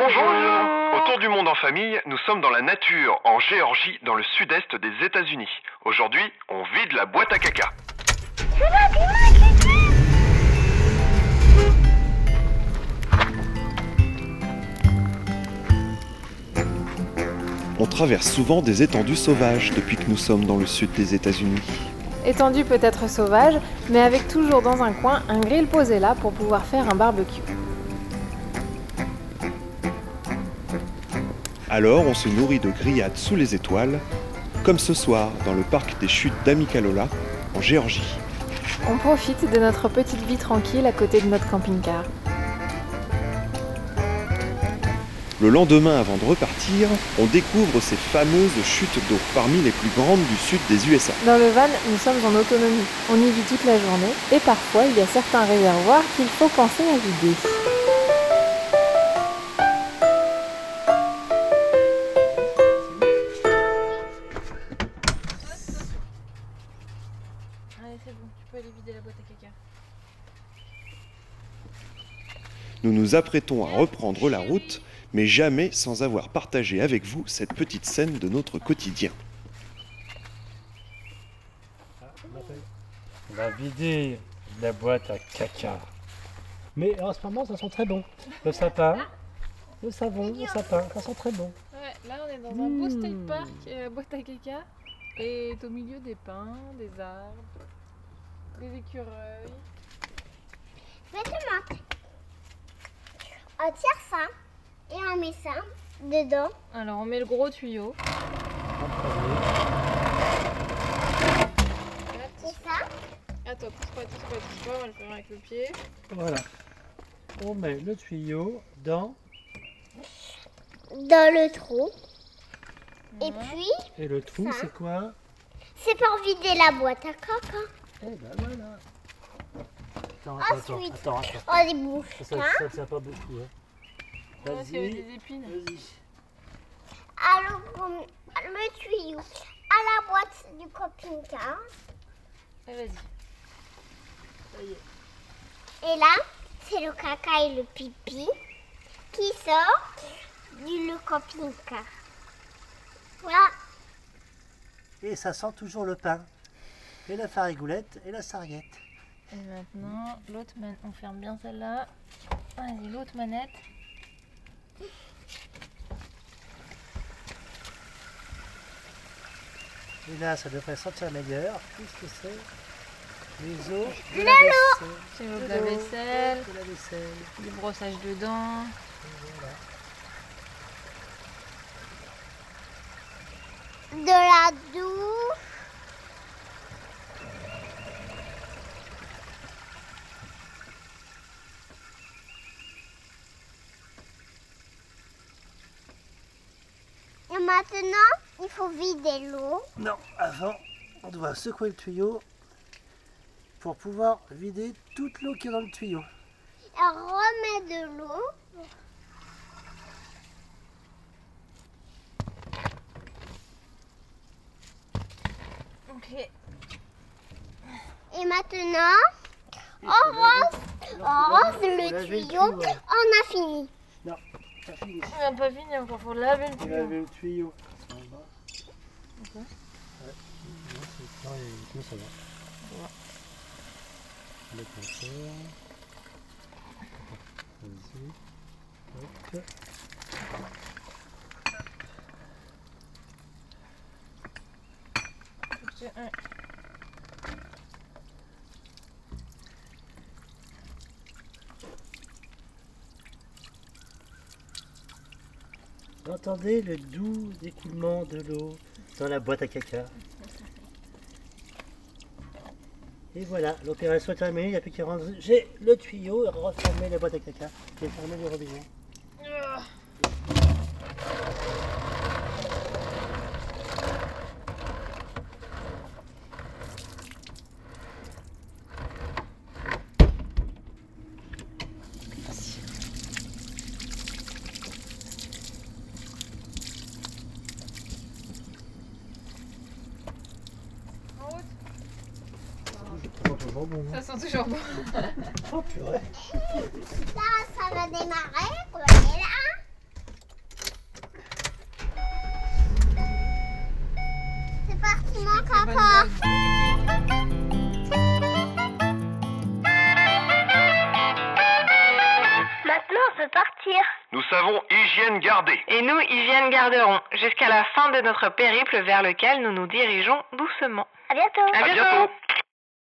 Autour du monde en famille, nous sommes dans la nature, en Géorgie, dans le sud-est des États-Unis. Aujourd'hui, on vide la boîte à caca. On traverse souvent des étendues sauvages depuis que nous sommes dans le sud des États-Unis. Étendue peut être sauvage, mais avec toujours dans un coin un grill posé là pour pouvoir faire un barbecue. Alors on se nourrit de grillades sous les étoiles, comme ce soir dans le parc des chutes d'Amicalola, en Géorgie. On profite de notre petite vie tranquille à côté de notre camping-car. Le lendemain, avant de repartir, on découvre ces fameuses chutes d'eau, parmi les plus grandes du sud des USA. Dans le van, nous sommes en autonomie. On y vit toute la journée et parfois il y a certains réservoirs qu'il faut penser à vider. Allez, c'est bon, tu peux aller vider la boîte à caca. Nous nous apprêtons à reprendre la route, mais jamais sans avoir partagé avec vous cette petite scène de notre quotidien. On va vider la boîte à caca. Mais en ce moment, ça sent très bon. Le sapin, le savon, le sapin, ça sent très bon. Ouais, là on est dans un beau state park, boîte à caca, et au milieu des pins, des arbres, des écureuils. Maintenant, on tire ça et on met ça dedans. Alors on met le gros tuyau. En premier. C'est ça. Attends, touche pas, on va le faire avec le pied. Voilà. On met le tuyau dans. Dans le trou. Voilà. Et puis, Et le trou, Ça. c'est quoi? c'est pour vider la boîte à caca. Eh ben voilà. Ensuite, attends. on débouche Ça ça. ne tient pas beaucoup. Hein. Ouais, c'est Vas-y, des épines. vas-y. Alors, on met le tuyau à la boîte du camping-car. Ouais, vas-y. Ça y est. Et là, c'est le caca et le pipi qui sort du le camping-car. Voilà. Et ça sent toujours le pain. Et la farigoulette et la sarriette. Et maintenant, l'autre manette, on ferme bien celle-là. Vas-y, l'autre manette. Et là, ça devrait sentir meilleur, puisque c'est les os de De la vaisselle. C'est l'eau de la vaisselle, De la vaisselle. du brossage de dents. Voilà. De la douche. Et maintenant, il faut vider l'eau. Non, avant, on doit secouer le tuyau pour pouvoir vider toute l'eau qui est dans le tuyau. Et on remet de l'eau. Ok. Et maintenant, on rose le tuyau. On a fini. Non, ça finit. On n'a pas fini encore, faut laver le On va tuyau. laver le tuyau. En bas. Ok. Ouais. Non, ça va. Ouais. Le compteur. Vas-y. Hop. Ouais. Vous entendez le doux écoulement de l'eau dans la boîte à caca. Et voilà, l'opération est terminée, il n'y a plus qu'à ranger le tuyau et refermer la boîte à caca et fermer le robinet. En route. toujours bon. Ça sent toujours bon. Oh purée. Là, ça va démarrer. On va aller là. Maman, Très bonne caca. blague. Maintenant, on peut partir. Nous savons hygiène garder. Et nous, Hygiène garderons, jusqu'à la fin de notre périple vers lequel nous nous dirigeons doucement. À bientôt. À bientôt.